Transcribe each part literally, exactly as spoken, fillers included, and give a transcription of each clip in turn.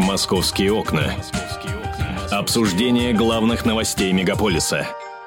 «Московские окна». Обсуждение главных новостей мегаполиса.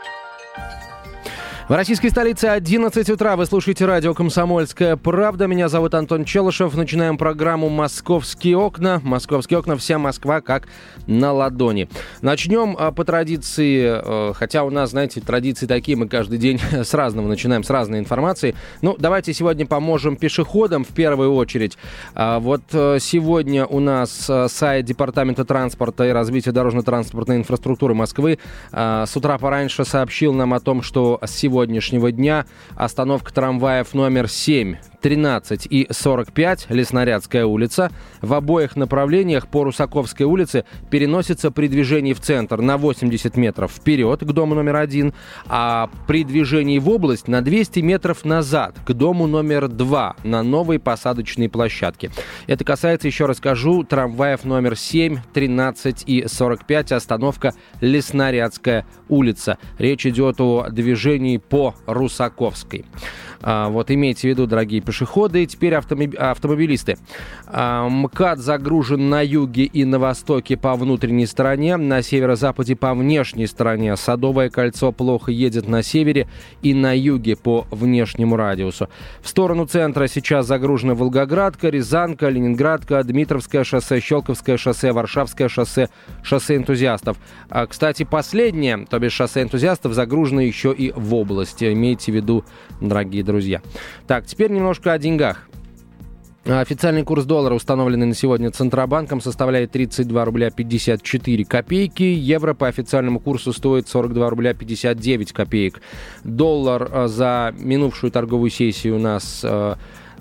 В российской столице одиннадцать утра. Вы слушаете радио «Комсомольская правда». Меня зовут Антон Челышев. Начинаем программу «Московские окна». «Московские окна». Вся Москва как на ладони. Начнем по традиции, хотя у нас, знаете, традиции такие, мы каждый день с разного начинаем, с разной информации. Ну, давайте сегодня поможем пешеходам в первую очередь. Вот сегодня у нас сайт Департамента транспорта и развития дорожно-транспортной инфраструктуры Москвы с утра пораньше сообщил нам о том, что сегодня сегодняшнего дня остановка трамваев номер семь, тринадцать и сорок пять, Леснорядская улица, в обоих направлениях по Русаковской улице переносится при движении в центр на восемьдесят метров вперед к дому номер один, а при движении в область на двести метров назад к дому номер два на новой посадочной площадке. Это касается, еще раз скажу, трамваев номер семь, тринадцать и сорок пять, остановка Леснорядская улица. Речь идет о движении по Русаковской. А, вот имейте в виду, дорогие пешеходы. Теперь автомоб... автомобилисты. А, МКАД загружен на юге и на востоке по внутренней стороне, на северо-западе по внешней стороне. Садовое кольцо плохо едет на севере и на юге по внешнему радиусу. В сторону центра сейчас загружена Волгоградка, Рязанка, Ленинградка, Дмитровское шоссе, Щелковское шоссе, Варшавское шоссе, шоссе энтузиастов. А, кстати, последнее, то бишь шоссе энтузиастов, загружено еще и в области. Имейте в виду, дорогие друзья. Друзья. Так, теперь немножко о деньгах. Официальный курс доллара, установленный на сегодня Центробанком, составляет тридцать два рубля пятьдесят четыре копейки. Евро по официальному курсу стоит сорок два рубля пятьдесят девять копеек. Доллар за минувшую торговую сессию у нас э,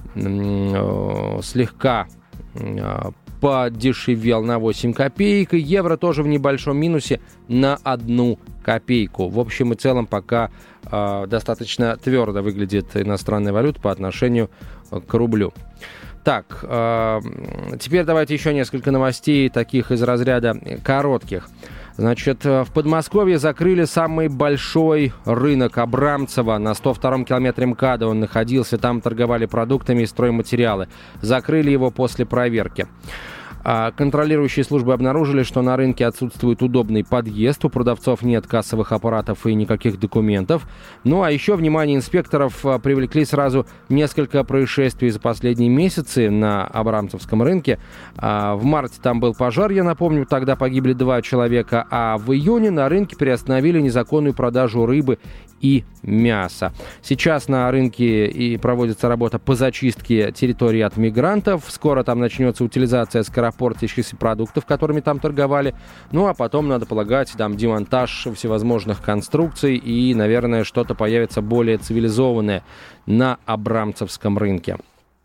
э, слегка э, подешевел на восемь копеек. И евро тоже в небольшом минусе на одну копейку. В общем и целом пока э, достаточно твердо выглядит иностранная валюта по отношению к рублю. Так, э, теперь давайте еще несколько новостей, таких из разряда коротких. Значит, в Подмосковье закрыли самый большой рынок Абрамцево. На сто втором километре МКАДа он находился. Там торговали продуктами и стройматериалы. Закрыли его после проверки. Контролирующие службы обнаружили, что на рынке отсутствует удобный подъезд, у продавцов нет кассовых аппаратов и никаких документов. Ну а еще внимание инспекторов привлекли сразу несколько происшествий за последние месяцы на Абрамцевском рынке. В марте там был пожар, я напомню, тогда погибли два человека, а в июне на рынке приостановили незаконную продажу рыбы и мяса. Сейчас на рынке и проводится работа по зачистке территории от мигрантов. Скоро там начнется утилизация скоропортящихся продуктов, которыми там торговали. Ну, а потом, надо полагать, там демонтаж всевозможных конструкций и, наверное, что-то появится более цивилизованное на Абрамцевском рынке.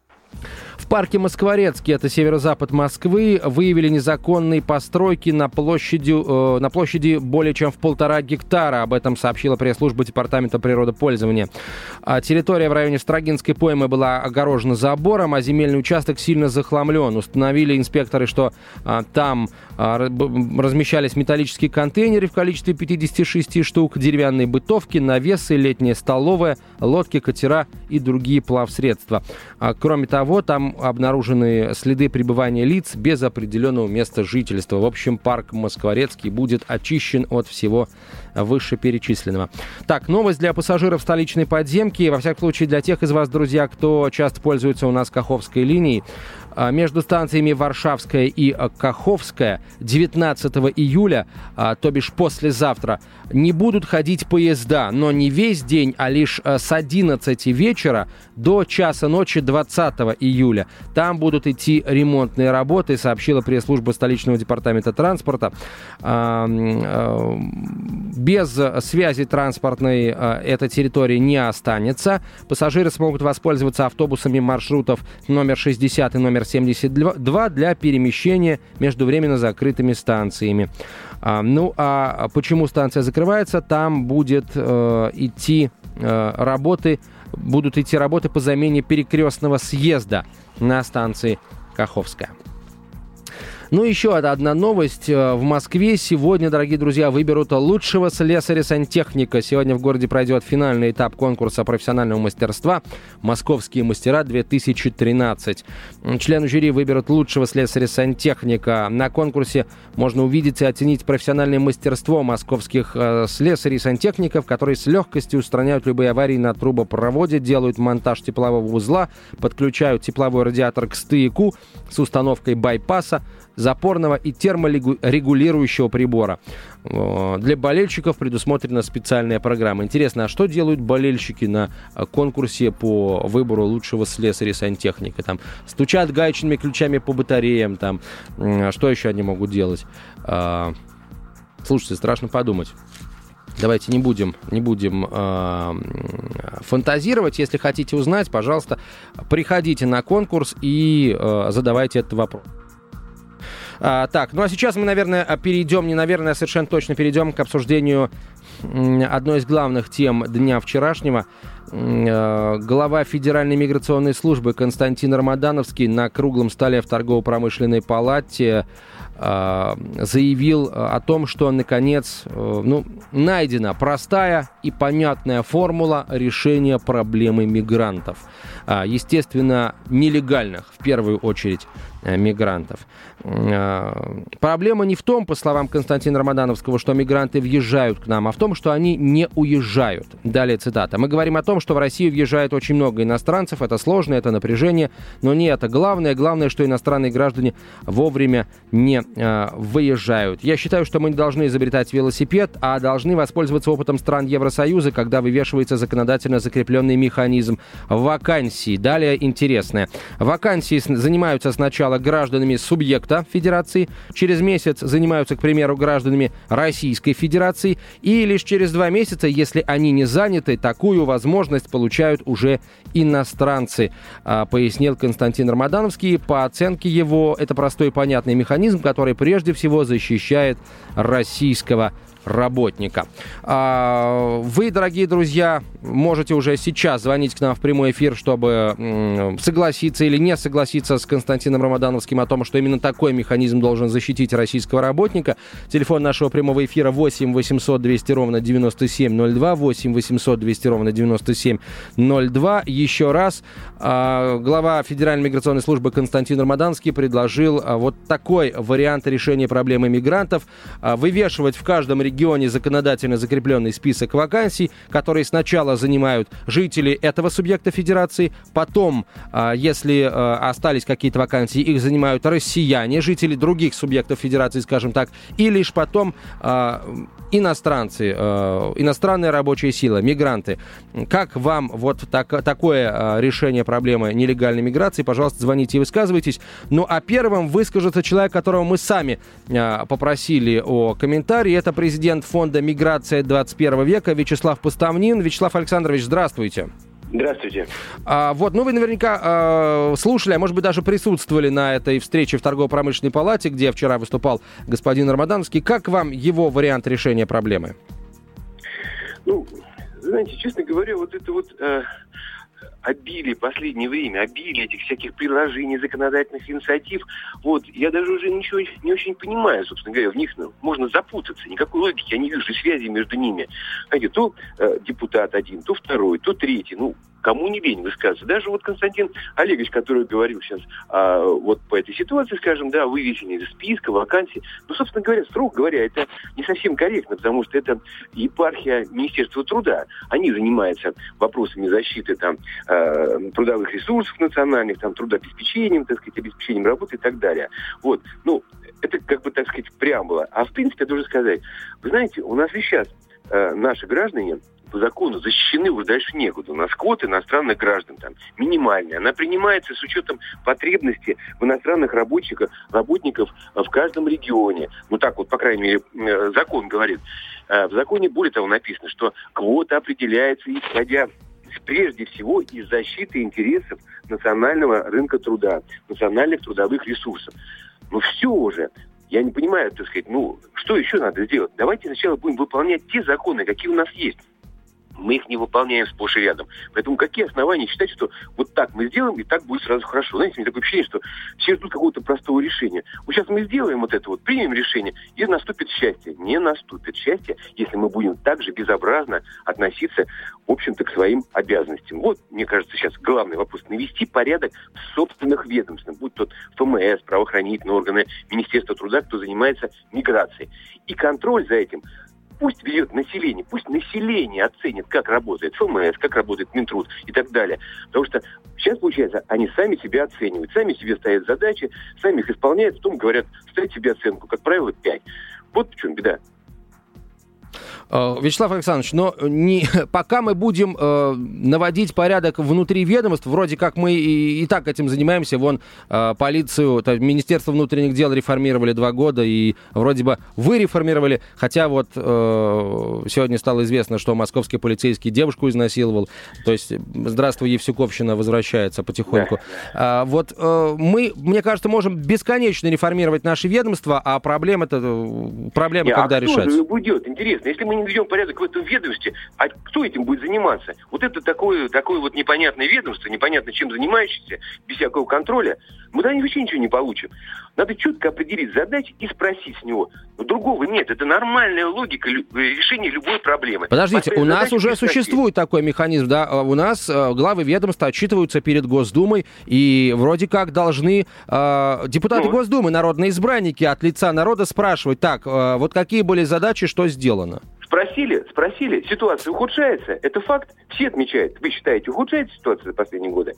В парке Москворецкий, это северо-запад Москвы, выявили незаконные постройки на площади, э, на площади более чем в полтора гектара. Об этом сообщила пресс-служба Департамента природопользования. А территория в районе Строгинской поймы была огорожена забором, а земельный участок сильно захламлен. Установили инспекторы, что а, там а, размещались металлические контейнеры в количестве пятьдесят шесть штук, деревянные бытовки, навесы, летняя столовая, лодки, катера и другие плавсредства. А, кроме того, там обнаружены следы пребывания лиц без определенного места жительства. В общем, парк Москворецкий будет очищен от всего вышеперечисленного. Так, новость для пассажиров столичной подземки. Во всяком случае, для тех из вас, друзья, кто часто пользуется у нас Каховской линией. Между станциями Варшавская и Каховская девятнадцатого июля, то бишь послезавтра, не будут ходить поезда, но не весь день, а лишь с одиннадцати вечера до часа ночи двадцатого июля. Там будут идти ремонтные работы, сообщила пресс-служба столичного департамента транспорта. Без связи транспортной эта территория не останется. Пассажиры смогут воспользоваться автобусами маршрутов номер шестьдесят и номер семьдесят два для перемещения между временно закрытыми станциями. А, ну, а почему станция закрывается? Там будет э, идти э, работы, будут идти работы по замене перекрестного съезда на станции Каховская. Ну, еще одна новость. В Москве сегодня, дорогие друзья, выберут лучшего слесаря-сантехника. Сегодня в городе пройдет финальный этап конкурса профессионального мастерства «Московские мастера-две тысячи тринадцать». Члены жюри выберут лучшего слесаря-сантехника. На конкурсе можно увидеть и оценить профессиональное мастерство московских э, слесарей-сантехников, которые с легкостью устраняют любые аварии на трубопроводе, делают монтаж теплового узла, подключают тепловой радиатор к стояку с установкой байпаса, запорного и терморегулирующего прибора. Для болельщиков предусмотрена специальная программа. Интересно, а что делают болельщики на конкурсе по выбору лучшего слесаря-сантехника? Там стучат гаечными ключами по батареям, там, что еще они могут делать? Слушайте, страшно подумать. Давайте не будем, не будем э, фантазировать. Если хотите узнать, пожалуйста, приходите на конкурс и э, задавайте этот вопрос. А, так, ну а сейчас мы, наверное, перейдем, не наверное, а совершенно точно перейдем к обсуждению одной из главных тем дня вчерашнего. Глава Федеральной миграционной службы Константин Рамадановский на круглом столе в торгово-промышленной палате заявил о том, что, наконец, ну, найдена простая и понятная формула решения проблемы мигрантов. Естественно, нелегальных, в первую очередь, мигрантов. Проблема не в том, по словам Константина Рамадановского, что мигранты въезжают к нам, а в том, что они не уезжают. Далее цитата. «Мы говорим о том, что в Россию въезжает очень много иностранцев. Это сложно, это напряжение, но не это главное. Главное, что иностранные граждане вовремя не э, выезжают. Я считаю, что мы не должны изобретать велосипед, а должны воспользоваться опытом стран Евросоюза, когда вывешивается законодательно закрепленный механизм вакансий». Далее интересное. Вакансии занимаются сначала гражданами субъекта Федерации, через месяц занимаются, к примеру, гражданами Российской Федерации, и лишь через два месяца, если они не заняты, такую возможность получают уже иностранцы, пояснил Константин Рамадановский. По оценке его, это простой и понятный механизм, который прежде всего защищает российского работника. Вы, дорогие друзья, можете уже сейчас звонить к нам в прямой эфир, чтобы согласиться или не согласиться с Константином Рамадановским о том, что именно такой механизм должен защитить российского работника. Телефон нашего прямого эфира восемь восемьсот двести ровно девяносто семь ноль два, восемь восемьсот двести ровно девяносто семь ноль два. Еще раз, глава Федеральной миграционной службы Константин Рамадановский предложил вот такой вариант решения проблемы мигрантов: вывешивать в каждом регионе регионе законодательно закрепленный список вакансий, которые сначала занимают жители этого субъекта федерации, потом, если остались какие-то вакансии, их занимают россияне, жители других субъектов федерации, скажем так, и лишь потом иностранцы, иностранная рабочая сила, мигранты. Как вам вот так, такое решение проблемы нелегальной миграции? Пожалуйста, звоните и высказывайтесь. Ну а первым выскажется человек, которого мы сами попросили о комментарии. Это президент фонда «Миграция двадцать первого века» Вячеслав Поставнин. Вячеслав Александрович, здравствуйте. Здравствуйте. А, вот, ну вы наверняка э, слушали, а может быть даже присутствовали на этой встрече в торгово-промышленной палате, где вчера выступал господин Рамадановский. Как вам его вариант решения проблемы? Ну, знаете, честно говоря, вот это вот э, обилие в последнее время, обилие этих всяких приложений, законодательных инициатив, вот, я даже уже ничего не очень понимаю, собственно говоря, в них ну, можно запутаться, никакой логики я не вижу, связи между ними. Знаете, то э, депутат один, то второй, то третий, ну, кому не лень высказываться. Даже вот Константин Олегович, который говорил сейчас а, вот по этой ситуации, скажем, да, вывесение из списка, вакансий, ну, собственно говоря, строго говоря, это не совсем корректно, потому что это епархия Министерства труда. Они занимаются вопросами защиты там э, трудовых ресурсов национальных, там, трудообеспечением, так сказать, обеспечением работы и так далее. Вот, ну, это как бы, так сказать, преамбула. А в принципе, я должен сказать, вы знаете, у нас и сейчас э, наши граждане по закону защищены уже дальше некуда. У нас квота иностранных граждан там минимальная. Она принимается с учетом потребностей в иностранных рабочих, работников в каждом регионе. Ну так вот, по крайней мере, закон говорит. В законе более того написано, что квота определяется исходя прежде всего из защиты интересов национального рынка труда, национальных трудовых ресурсов. Ну все уже. Я не понимаю, так сказать, ну что еще надо сделать? Давайте сначала будем выполнять те законы, какие у нас есть. мы их не выполняем сплошь и рядом. Поэтому какие основания считать, что вот так мы сделаем, и так будет сразу хорошо? Знаете, у меня такое ощущение, что все ждут какого-то простого решения. Вот сейчас мы сделаем вот это вот, примем решение, и наступит счастье. Не наступит счастье, если мы будем так же безобразно относиться, в общем-то, к своим обязанностям. Вот, мне кажется, сейчас главный вопрос. Навести порядок в собственных ведомствах, будь то эф эм эс, правоохранительные органы, Министерство труда, кто занимается миграцией. И контроль за этим пусть ведет население, пусть население оценит, как работает эф эм эс, как работает Минтруд и так далее. Потому что сейчас, получается, они сами себя оценивают, сами себе ставят задачи, сами их исполняют, потом говорят, ставить себе оценку, как правило, пять. Вот в чем беда. Вячеслав Александрович, но не, пока мы будем э, наводить порядок внутри ведомств, вроде как мы и, и так этим занимаемся, вон э, полицию, то, Министерство внутренних дел реформировали два года, и вроде бы вы реформировали, хотя вот э, сегодня стало известно, что московский полицейский девушку изнасиловал, то есть здравствуй, Евсюковщина возвращается потихоньку. Да. А, вот э, мы, мне кажется, можем бесконечно реформировать наши ведомства, а проблема-то, проблема, Не, когда а решается? Кто же будет? Интересно, если мы не наведем порядок в этом ведомстве, а кто этим будет заниматься? Вот это такое, такое вот непонятное ведомство, непонятно чем занимающееся, без всякого контроля, мы да вообще ничего не получим. Надо четко определить задачи и спросить с него. Но другого нет. Это нормальная логика решения любой проблемы. Подождите, Поставить у нас задачу, уже спросить. существует такой механизм, да? У нас э, главы ведомства отчитываются перед Госдумой, и вроде как должны э, депутаты Ну. Госдумы, народные избранники, от лица народа спрашивать, так, э, вот какие были задачи, что сделано? Спросили, спросили, ситуация ухудшается, это факт, все отмечают. Вы считаете, ухудшается ситуация за последние годы?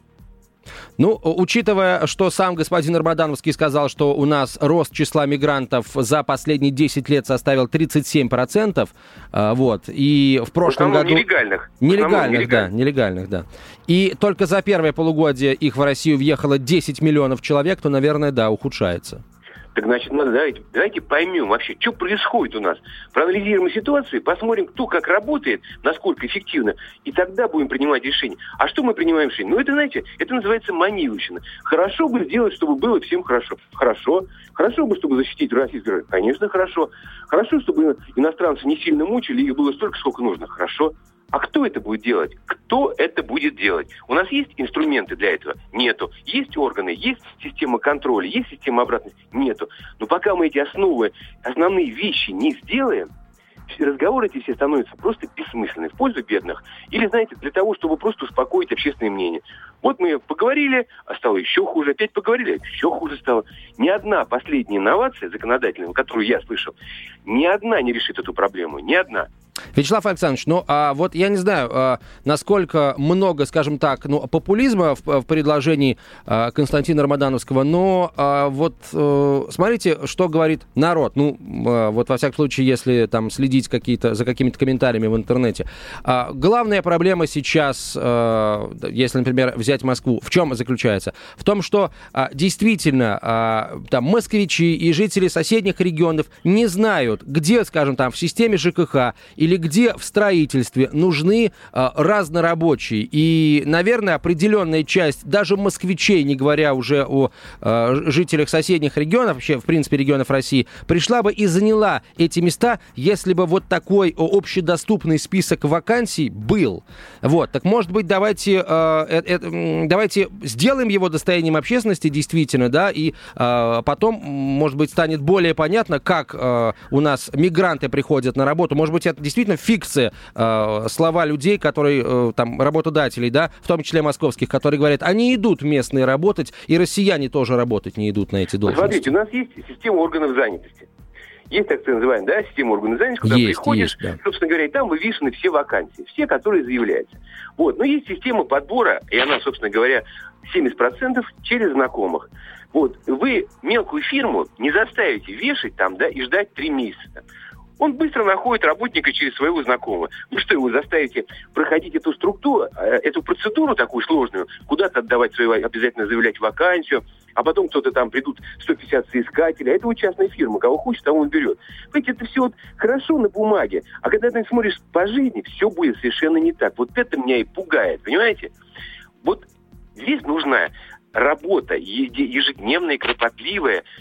Ну, учитывая, что сам господин Рамадановский сказал, что у нас рост числа мигрантов за последние десять лет составил тридцать семь процентов, э, вот, и в прошлом в основном году... нелегальных. Нелегальных, нелегальных. да, нелегальных, да. И только за первое полугодие их в Россию въехало десять миллионов человек, то, наверное, да, ухудшается. Так значит, надо, давайте, давайте поймем вообще, что происходит у нас. Проанализируем ситуацию, посмотрим, кто как работает, насколько эффективно, и тогда будем принимать решения. А что мы принимаем решение? Ну, это, знаете, это называется маниловщина. Хорошо бы сделать, чтобы было всем хорошо. Хорошо. Хорошо бы, чтобы защитить российских граждан. Конечно, хорошо. Хорошо, чтобы иностранцы не сильно мучили, их было столько, сколько нужно. Хорошо. А кто это будет делать? Кто это будет делать? У нас есть инструменты для этого? Нету. Есть органы, есть система контроля, есть система обратной? Нету. Но пока мы эти основы, основные вещи не сделаем, разговоры эти все становятся просто бессмысленны в пользу бедных. Или, знаете, для того, чтобы просто успокоить общественное мнение. Вот мы поговорили, а стало еще хуже. Опять поговорили, еще хуже стало. Ни одна последняя инновация законодательная, которую я слышал, ни одна не решит эту проблему. Ни одна. Вячеслав Александрович, ну, а вот я не знаю, а, насколько много, скажем так, ну, популизма в, в предложении а, Константина Рамадановского, но а, вот а, смотрите, что говорит народ. Ну, а, вот во всяком случае, если там следить какие-то, за какими-то комментариями в интернете. А, главная проблема сейчас, а, если, например, взять Москву, в чем заключается? В том, что а, действительно а, там москвичи и жители соседних регионов не знают, где, скажем, там в системе ЖКХ или где в строительстве нужны а, разнорабочие. И, наверное, определенная часть даже москвичей, не говоря уже о а, жителях соседних регионов, вообще, в принципе, регионов России, пришла бы и заняла эти места, если бы вот такой общедоступный список вакансий был. Вот. Так, может быть, давайте, а, э, э, давайте сделаем его достоянием общественности, действительно, да, и а, потом, может быть, станет более понятно, как а, у нас мигранты приходят на работу. Может быть, это действительно фикция, э, слова людей, которые, э, там, работодателей, да, в том числе московских, которые говорят, они идут местные работать, и россияне тоже работать не идут на эти должности. Смотрите, у нас есть система органов занятости. Есть так называемая, да, система органов занятости, куда есть, приходишь, есть, да. собственно говоря, и там вывешены все вакансии, все, которые заявляются. Вот. Но есть система подбора, и она, собственно говоря, семьдесят процентов через знакомых. Вот. Вы мелкую фирму не заставите вешать там, да, и ждать три месяца. Он быстро находит работника через своего знакомого. Вы что, его заставите проходить эту структуру, эту процедуру такую сложную, куда-то отдавать свою, обязательно заявлять вакансию, а потом кто-то там придут сто пятьдесят соискателей, а это вот частная фирма, кого хочет, того он берет. Понимаете, это все вот хорошо на бумаге, а когда ты смотришь по жизни, все будет совершенно не так. Вот это меня и пугает, понимаете? Вот здесь нужна работа ежедневная, кропотливая,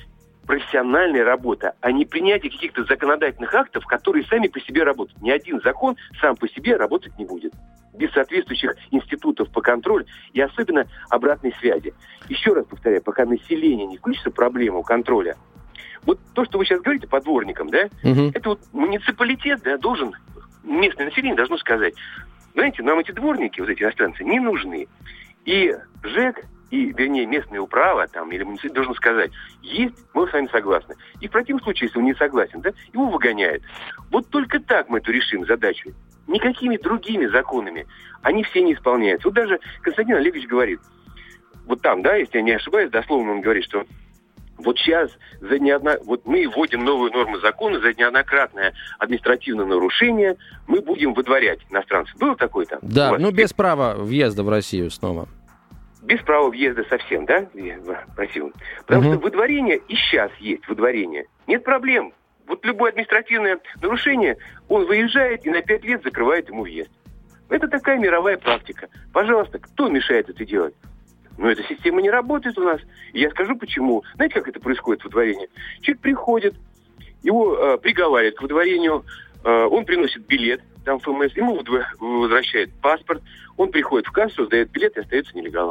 профессиональная работа, а не принятие каких-то законодательных актов, которые сами по себе работают. Ни один закон сам по себе работать не будет. Без соответствующих институтов по контролю и особенно обратной связи. Еще раз повторяю, пока население не включится в проблему контроля, вот то, что вы сейчас говорите по дворникам, да, угу. это вот муниципалитет, да, должен, местное население должно сказать, знаете, нам эти дворники, вот эти иностранцы, не нужны. И ЖЭК, и, вернее, местное управа, там, или муниципалитет должен сказать, есть, мы с вами согласны. И в противном случае, если он не согласен, да, его выгоняют. Вот только так мы эту решим задачу. Никакими другими законами они все не исполняются. Вот даже Константин Олегович говорит, вот там, да, если я не ошибаюсь, дословно он говорит, что вот сейчас за неодно... вот мы вводим новую норму закона, за неоднократное административное нарушение мы будем выдворять иностранцев. Было такое-то? Да, ну без права въезда в Россию снова. Без права въезда совсем, да, в Россию. Потому угу. что выдворение и сейчас есть выдворение. Нет проблем. Вот любое административное нарушение, он выезжает и на пять лет закрывает ему въезд. Это такая мировая практика. Пожалуйста, кто мешает это делать? Но эта система не работает у нас. И я скажу почему. Знаете, как это происходит, выдворение? Человек приходит, его э, приговаривают к выдворению, э, он приносит билет, там ФМС, ему выдв... возвращает паспорт, он приходит в кассу, сдает билет и остается нелегалом.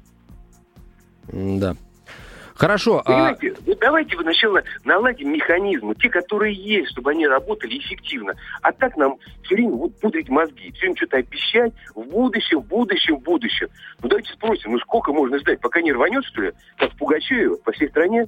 Да. Хорошо. Понимаете, а... вот давайте сначала наладим механизмы, те, которые есть, чтобы они работали эффективно. А так нам все время вот пудрить мозги, все время что-то обещать в будущем, в будущем, в будущем. Ну давайте спросим, ну сколько можно ждать, пока не рванет, что ли, как в Пугачеве по всей стране?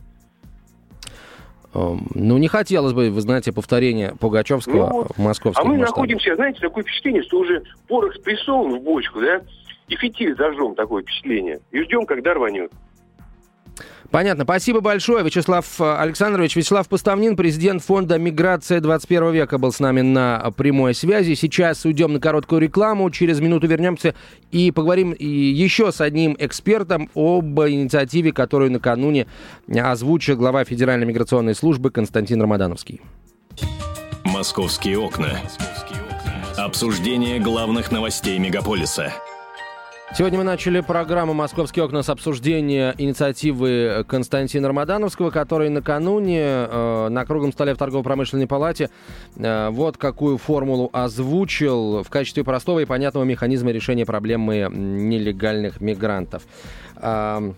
Ну, не хотелось бы, вы знаете, повторения Пугачевского ну, в московском А мы масштабе. находимся, знаете, такое впечатление, что уже порох спрессован в бочку, да, и фитиль зажжем, такое впечатление, и ждем, когда рванет. Понятно. Спасибо большое, Вячеслав Александрович. Вячеслав Поставнин, президент фонда «Миграция двадцать первого века», был с нами на прямой связи. Сейчас уйдем на короткую рекламу. Через минуту вернемся и поговорим еще с одним экспертом об инициативе, которую накануне озвучил глава Федеральной миграционной службы Константин Рамадановский. «Московские окна». Обсуждение главных новостей мегаполиса. Сегодня мы начали программу «Московские окна» с обсуждения инициативы Константина Рамадановского, который накануне э, на круглом столе в торгово-промышленной палате э, вот какую формулу озвучил в качестве простого и понятного механизма решения проблемы нелегальных мигрантов. Э,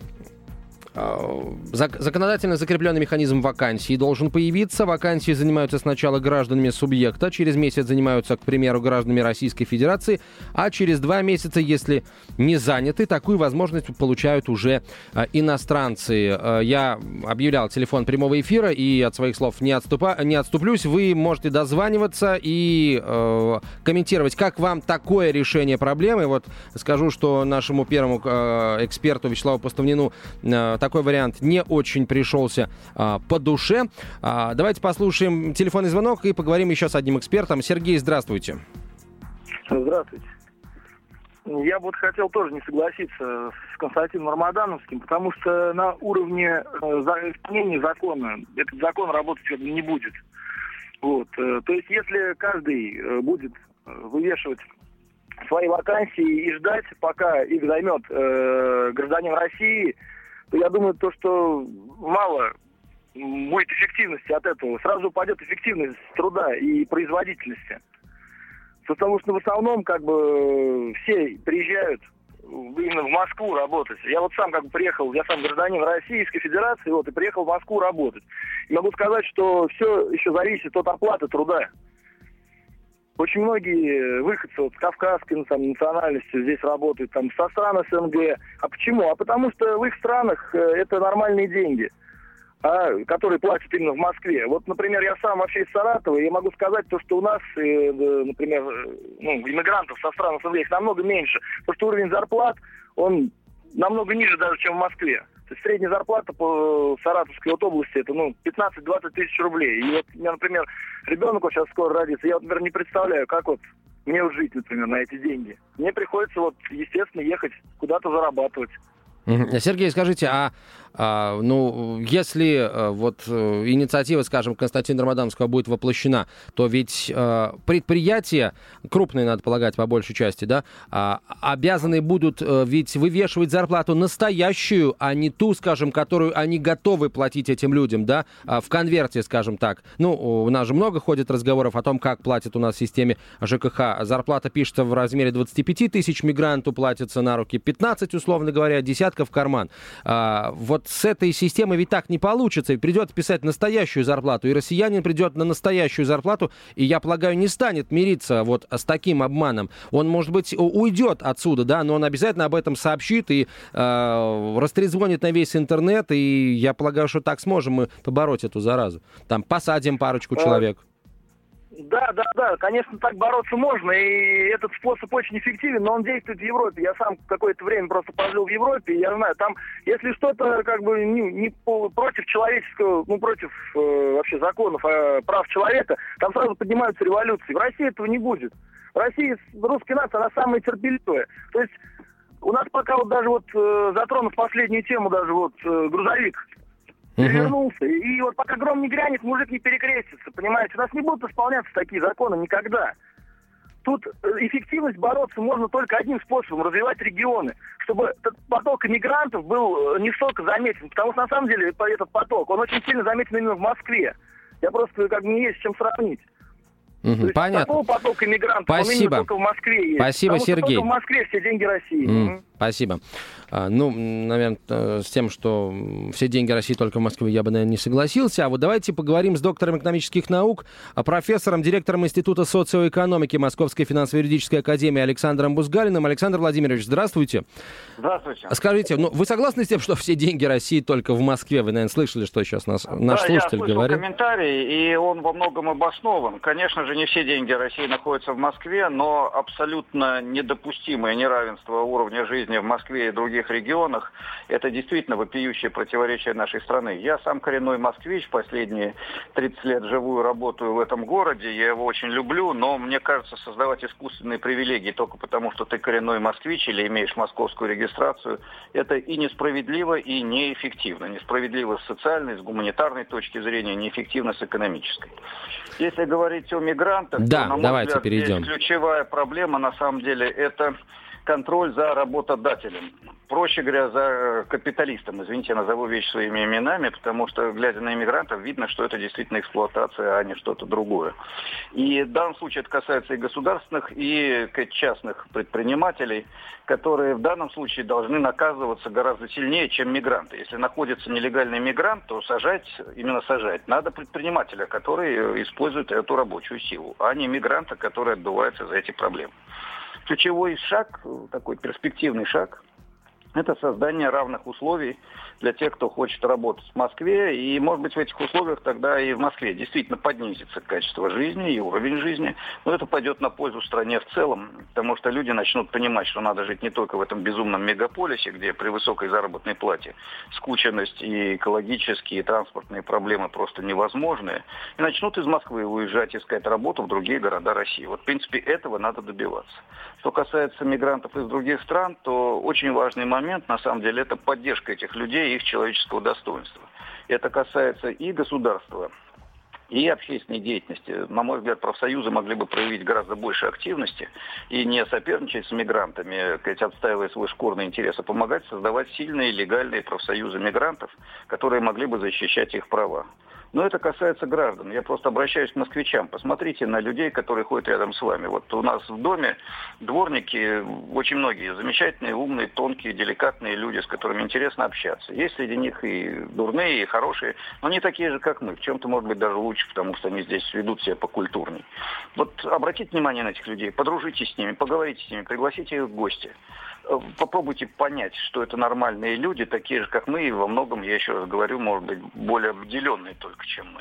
Законодательно закрепленный механизм вакансий должен появиться. Вакансии занимаются сначала гражданами субъекта, через месяц занимаются, к примеру, гражданами Российской Федерации, а через два месяца, если не заняты, такую возможность получают уже иностранцы. Я объявлял телефон прямого эфира и от своих слов не, отступа, не отступлюсь. Вы можете дозваниваться и э, комментировать, как вам такое решение проблемы. Вот скажу, что нашему первому э, эксперту Вячеславу Поставнину э, такой вариант не очень пришелся а, по душе. А, давайте послушаем телефонный звонок и поговорим еще с одним экспертом. Сергей, здравствуйте. Здравствуйте. Я бы вот хотел тоже не согласиться с Константином Рамадановским, потому что на уровне э, исполнения закона этот закон работать не будет. Вот. То есть если каждый будет вывешивать свои вакансии и ждать, пока их займет э, гражданин России, то я думаю, то, что мало будет эффективности от этого. Сразу упадет эффективность труда и производительности. Потому что в основном как бы все приезжают именно в Москву работать. Я вот сам как бы приехал, я сам гражданин Российской Федерации, вот, и приехал в Москву работать. И могу сказать, что все еще зависит от оплаты труда. Очень многие выходцы вот, с кавказской там, национальностью здесь работают, там, со стран СНГ. А почему? А потому что в их странах э, это нормальные деньги, а, которые платят именно в Москве. Вот, например, я сам вообще из Саратова, и я могу сказать, то, что у нас, э, например, ну, иммигрантов со стран СНГ их намного меньше, потому что уровень зарплат, он намного ниже даже, чем в Москве. То есть средняя зарплата по Саратовской вот области это ну, пятнадцать-двадцать тысяч рублей. И вот у меня, например, ребенок вот сейчас скоро родится, я, вот, например, не представляю, как вот мне вот жить, например, на эти деньги. Мне приходится, вот, естественно, ехать куда-то зарабатывать. Сергей, скажите, а А, ну, если а, вот инициатива, скажем, Константина Рамаданского будет воплощена, то ведь а, предприятия, крупные, надо полагать, по большей части, да, а, обязаны будут а, ведь вывешивать зарплату настоящую, а не ту, скажем, которую они готовы платить этим людям, да, а, в конверте, скажем так. Ну, у нас же много ходит разговоров о том, как платят у нас в системе ЖКХ. Зарплата пишется в размере двадцать пять тысяч, мигранту платится на руки пятнадцать, условно говоря, десятка в карман. А, вот с этой системой ведь так не получится. И придется писать настоящую зарплату. И россиянин придет на настоящую зарплату, и, я полагаю, не станет мириться вот с таким обманом. Он, может быть, уйдет отсюда, да, но он обязательно об этом сообщит и э, растрезвонит на весь интернет. И я полагаю, что так сможем мы побороть эту заразу. Там посадим парочку человек. Да, да, да, конечно, так бороться можно, и этот способ очень эффективен, но он действует в Европе. Я сам какое-то время просто пожил в Европе, и я знаю, там, если что-то как бы не, не по, против человеческого, ну, против э, вообще законов, э, прав человека, там сразу поднимаются революции. В России этого не будет. В России русская нация, она самая терпеливая. То есть у нас пока вот даже вот, э, затронув последнюю тему, даже вот э, грузовик, перевернулся. Uh-huh. И вот пока гром не грянет, мужик не перекрестится, понимаете? У нас не будут исполняться такие законы никогда. Тут эффективность бороться можно только одним способом — развивать регионы, чтобы этот поток иммигрантов был не столько заметен, потому что на самом деле этот поток, он очень сильно заметен именно в Москве. Я просто как бы не есть с чем сравнить. Угу, понятно. Такого потока иммигрантов, спасибо. Он именно только в Москве есть. Спасибо, потому Сергей. Что только в Москве все деньги России. Mm, угу. Спасибо. А, ну, наверное, с тем, что все деньги России только в Москве, я бы, наверное, не согласился. А вот давайте поговорим с доктором экономических наук, профессором, директором Института социоэкономики Московской финансово-юридической академии Александром Бузгалиным. Александр Владимирович, здравствуйте. Здравствуйте. Скажите, ну, вы согласны с тем, что все деньги России только в Москве? Вы, наверное, слышали, что сейчас нас, наш да, слушатель я слышал говорит. комментарий, и он во многом обоснован. Конечно же, не все деньги России находятся в Москве, но абсолютно недопустимое неравенство уровня жизни в Москве и других регионах – это действительно вопиющее противоречие нашей страны. Я сам коренной москвич, последние тридцать лет живу и работаю в этом городе, я его очень люблю, но мне кажется, создавать искусственные привилегии только потому, что ты коренной москвич или имеешь московскую регистрацию, это и несправедливо, и неэффективно. Несправедливо с социальной, с гуманитарной точки зрения, неэффективно с экономической. Если говорить о мигрантах, да, то, на мой давайте взгляд, перейдем. здесь ключевая проблема, на самом деле, это контроль за работодателем. Проще говоря, за капиталистом. Извините, я назову вещи своими именами, потому что, глядя на иммигрантов, видно, что это действительно эксплуатация, а не что-то другое. И в данном случае это касается и государственных, и частных предпринимателей, которые в данном случае должны наказываться гораздо сильнее, чем мигранты. Если находится нелегальный мигрант, то сажать, именно сажать, надо предпринимателя, который использует эту рабочую силу, а не мигранта, который отдувается за эти проблемы. Ключевой шаг, такой перспективный шаг, это создание равных условий для тех, кто хочет работать в Москве. И, может быть, в этих условиях тогда и в Москве действительно поднизится качество жизни и уровень жизни. Но это пойдет на пользу стране в целом, потому что люди начнут понимать, что надо жить не только в этом безумном мегаполисе, где при высокой заработной плате скученность и экологические, и транспортные проблемы просто невозможны. И начнут из Москвы уезжать, искать работу в другие города России. Вот, в принципе, этого надо добиваться. Что касается мигрантов из других стран, то очень важный момент, на самом деле, это поддержка этих людей и их человеческого достоинства. Это касается и государства, и общественной деятельности. На мой взгляд, профсоюзы могли бы проявить гораздо больше активности и не соперничать с мигрантами, отстаивая свой шкурный интерес, а помогать создавать сильные легальные профсоюзы мигрантов, которые могли бы защищать их права. Но это касается граждан. Я просто обращаюсь к москвичам. Посмотрите на людей, которые ходят рядом с вами. Вот у нас в доме дворники, очень многие замечательные, умные, тонкие, деликатные люди, с которыми интересно общаться. Есть среди них и дурные, и хорошие, но не такие же, как мы. В чем-то, может быть, даже лучше, потому что они здесь ведут себя покультурней. Вот обратите внимание на этих людей, подружитесь с ними, поговорите с ними, пригласите их в гости. Попробуйте понять, что это нормальные люди, такие же, как мы, и во многом, я еще раз говорю, может быть, более обделенные только, чем мы.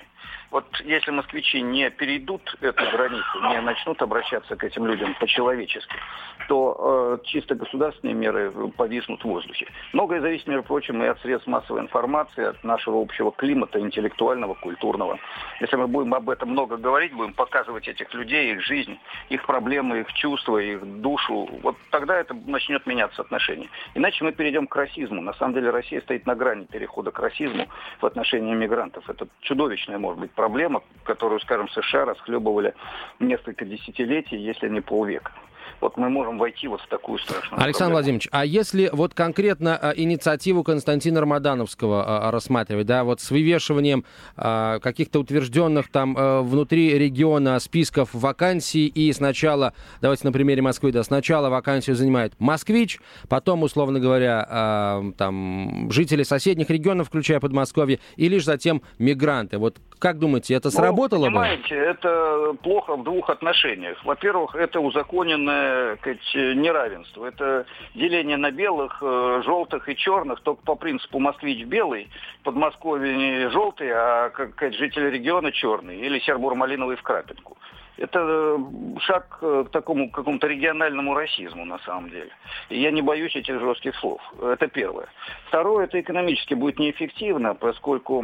Вот если москвичи не перейдут эту границу, не начнут обращаться к этим людям по-человечески, то э, чисто государственные меры повиснут в воздухе. Многое зависит, между прочим, и от средств массовой информации, от нашего общего климата, интеллектуального, культурного. Если мы будем об этом много говорить, будем показывать этих людей, их жизнь, их проблемы, их чувства, их душу, вот тогда это начнет меняться отношение. Иначе мы перейдем к расизму. На самом деле Россия стоит на грани перехода к расизму в отношении мигрантов. Это чудовищная, может быть, проблема, которую, скажем, США расхлебывали несколько десятилетий, если не полвека. Вот мы можем войти вот в такую страшную Александр проблему. Владимирович, а если вот конкретно а, инициативу Константина Рамадановского а, рассматривать, да, вот с вывешиванием а, каких-то утвержденных там а, внутри региона списков вакансий, и сначала, давайте на примере Москвы, да, сначала вакансию занимает москвич, потом, условно говоря, а, там жители соседних регионов, включая Подмосковье, и лишь затем мигранты. Вот как думаете, это сработало ну, понимаете, бы? Это плохо в двух отношениях. Во-первых, это узаконенное неравенство. Это деление на белых, желтых и черных, только по принципу москвич белый, Подмосковье не желтый, а как жители региона черный, или сербур-малиновый в крапинку. Это шаг к такому какому-то региональному расизму, на самом деле. И я не боюсь этих жестких слов. Это первое. Второе, это экономически будет неэффективно, поскольку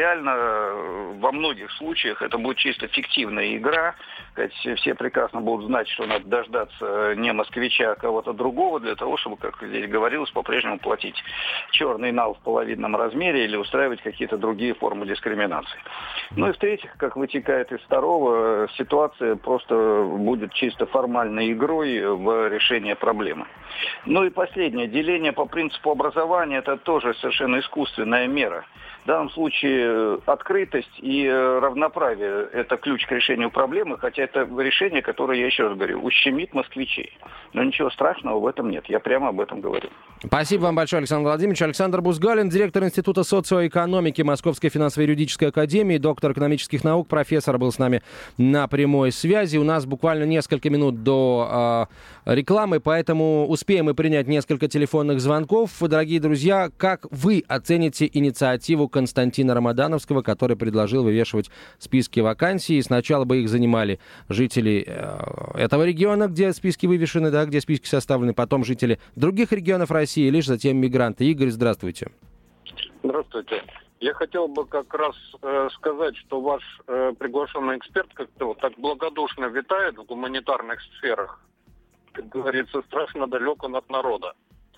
реально во многих случаях это будет чисто фиктивная игра. Все прекрасно будут знать, что надо дождаться не москвича, а кого-то другого, для того, чтобы, как здесь говорилось, по-прежнему платить черный нал в половинном размере или устраивать какие-то другие формы дискриминации. Ну и в-третьих, как вытекает из второго, ситуация просто будет чисто формальной игрой в решение проблемы. Ну и последнее. Деление по принципу образования – это тоже совершенно искусственная мера. В данном случае открытость и равноправие – это ключ к решению проблемы, хотя это решение, которое, я еще раз говорю, ущемит москвичей. Но ничего страшного в этом нет. Я прямо об этом говорю. Спасибо вам большое, Александр Владимирович. Александр Бузгалин, директор Института социоэкономики Московской финансово-юридической академии, доктор экономических наук, профессор, был с нами на прямой связи. У нас буквально несколько минут до э, рекламы, поэтому успеем мы принять несколько телефонных звонков. Дорогие друзья, как вы оцените инициативу Константина Рамадановского, который предложил вывешивать списки вакансий? Сначала бы их занимали жители э, этого региона, где списки вывешены, да, где списки составлены, потом жители других регионов России, и лишь затем мигранты. Игорь, здравствуйте. Здравствуйте. Я хотел бы как раз э, сказать, что ваш э, приглашенный эксперт как-то вот так благодушно витает в гуманитарных сферах. Как говорится, страшно далек он от народа.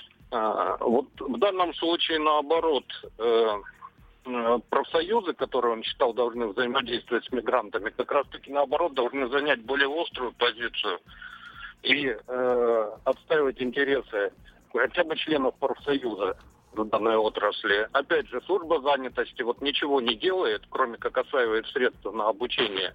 А, вот в данном случае наоборот, э, э, профсоюзы, которые он считал должны взаимодействовать с мигрантами, как раз-таки наоборот должны занять более острую позицию и э, отстаивать интересы хотя бы членов профсоюза в данной отрасли. Опять же, служба занятости вот ничего не делает, кроме как осваивает средства на обучение.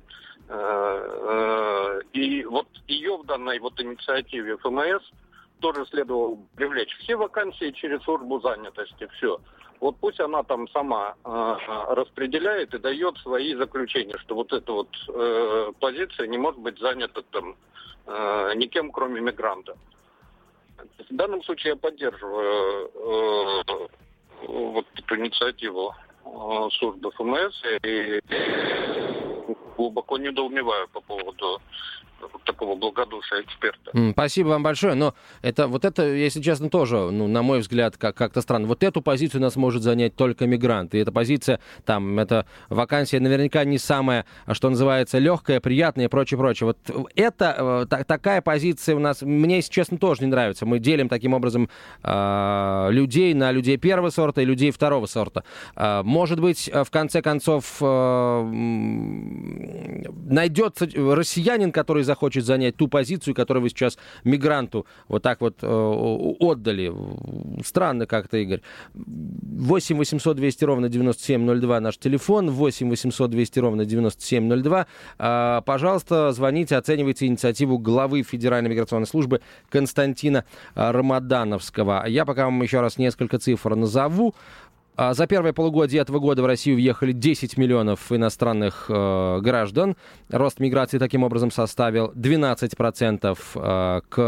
И вот ее в данной вот инициативе эф эм эс тоже следовало привлечь. Все вакансии через службу занятости, все. Вот пусть она там сама распределяет и дает свои заключения, что вот эта вот позиция не может быть занята там никем, кроме мигранта. В данном случае я поддерживаю э, вот эту инициативу э, службы эф эм эс и глубоко недоумеваю по поводу такого благодушия эксперта. Спасибо вам большое, но это, вот это, если честно, тоже, ну, на мой взгляд, как- как-то странно. Вот эту позицию у нас может занять только мигрант, и эта позиция, там, эта вакансия наверняка не самая, что называется, легкая, приятная и прочее, прочее. Вот это, та- такая позиция у нас, мне, если честно, тоже не нравится. Мы делим таким образом э, людей на людей первого сорта и людей второго сорта. Э, может быть, в конце концов, э, найдется россиянин, который захочет занять ту позицию, которую вы сейчас мигранту вот так вот э, отдали. Странно как-то, Игорь. восемь восемьсот двести ровно девяносто семь ноль два наш телефон. восемь восемьсот двести ровно девяносто семь ноль два. Э, пожалуйста, звоните, оценивайте инициативу главы Федеральной миграционной службы Константина Рамадановского. Я пока вам еще раз несколько цифр назову. За первое полугодие этого года в Россию въехали десять миллионов иностранных э, граждан. Рост миграции таким образом составил двенадцать процентов э, к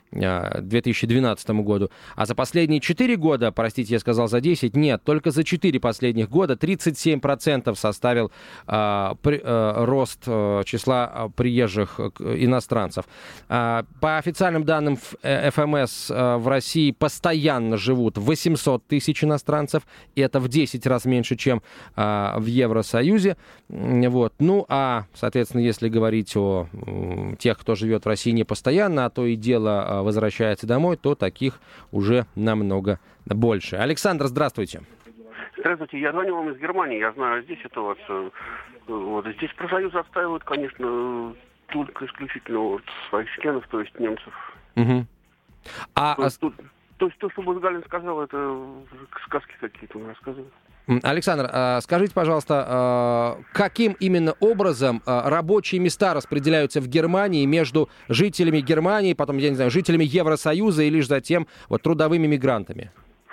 две тысячи двенадцатому году. А за последние четыре года, простите, я сказал за десять, нет, только за четыре последних года тридцать семь процентов составил а, при, а, рост а, числа приезжих иностранцев. А, по официальным данным эф эм эс а, в России постоянно живут восемьсот тысяч иностранцев, и это в десять раз меньше, чем а, в Евросоюзе. Вот. Ну, а, соответственно, если говорить о м, тех, кто живет в России не постоянно, а то и дело а, возвращается домой, то таких уже намного больше. Александр, здравствуйте. Здравствуйте, я звоню вам из Германии, я знаю здесь ситуацию. Вот. Здесь профсоюзы отстаивают, конечно, только исключительно вот своих членов, то есть немцев. Угу. А... То, есть, тут, то есть то, что Бузгалин сказал, это сказки какие-то он рассказывает. Александр, скажите, пожалуйста, каким именно образом рабочие места распределяются в Германии между жителями Германии, потом, я не знаю, жителями Евросоюза и лишь затем вот, трудовыми мигрантами?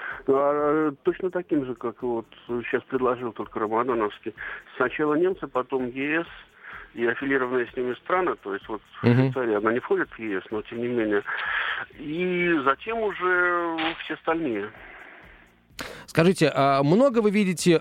А, точно таким же, как вот сейчас предложил только Рамадановский. Сначала немцы, потом ЕС и аффилированные с ними страны, то есть вот uh-huh. Швейцария, она не входит в ЕС, но тем не менее. И затем уже все остальные. Скажите, много вы видите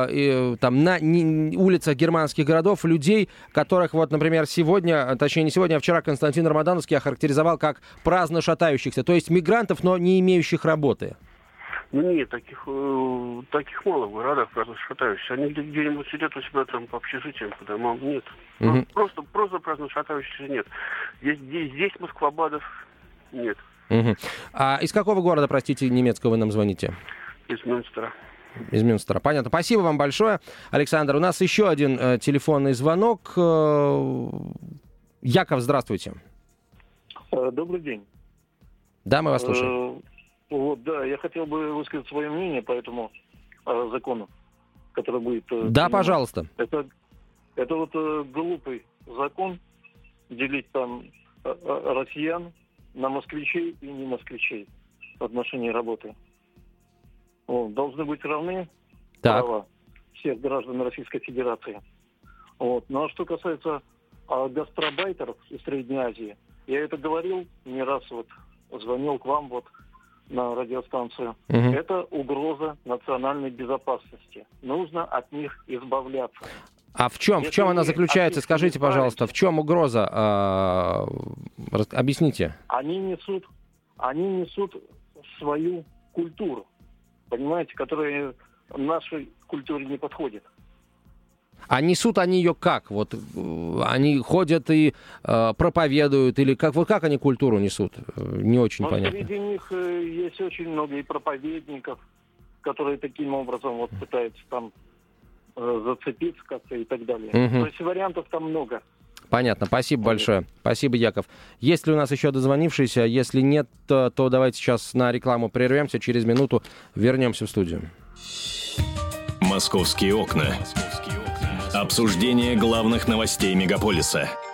там на улицах германских городов людей, которых, вот, например, сегодня, точнее не сегодня, а вчера Константин Рамадановский охарактеризовал как праздно шатающихся, то есть мигрантов, но не имеющих работы? Ну нет, таких, таких мало в городах праздно шатающихся. Они где-нибудь сидят у себя там по общежитиям, по домам. Нет. Uh-huh. Просто, просто праздно шатающихся нет. Здесь, здесь, здесь москвабадов нет. Uh-huh. А из какого города, простите, немецкого вы нам звоните? Из Мюнстера. Из Мюнстера. Понятно. Спасибо вам большое, Александр. У нас еще один э, телефонный звонок. Э, Яков, здравствуйте. Добрый день. Да, мы вас слушаем. Э, вот, да, я хотел бы высказать свое мнение по этому э, закону, который будет... Э, да, пожалуйста. Это, это вот э, глупый закон, делить там э, россиян на москвичей и не москвичей в отношении работы. Вот, должны быть равны так. права всех граждан Российской Федерации. Вот. Ну а что касается а, гастробайтеров из Средней Азии, я это говорил не раз, вот звонил к вам вот на радиостанцию. Угу. Это угроза национальной безопасности. Нужно от них избавляться. А в чем, в чем она заключается? Скажите, пожалуйста, в чем угроза? А, объясните. Они несут, они несут свою культуру, понимаете, которая нашей культуре не подходит. А несут они ее как? Вот они ходят и э, проповедуют, или как? Вот как они культуру несут? Не очень Но понятно. среди них э, есть очень много и проповедников, которые таким образом вот пытаются там э, зацепиться как-то и так далее. Угу. То есть вариантов там много. Понятно, спасибо большое. Спасибо, Яков. Есть ли у нас еще дозвонившиеся? Если нет, то, то давайте сейчас на рекламу прервемся. Через минуту вернемся в студию. «Московские окна». Обсуждение главных новостей мегаполиса.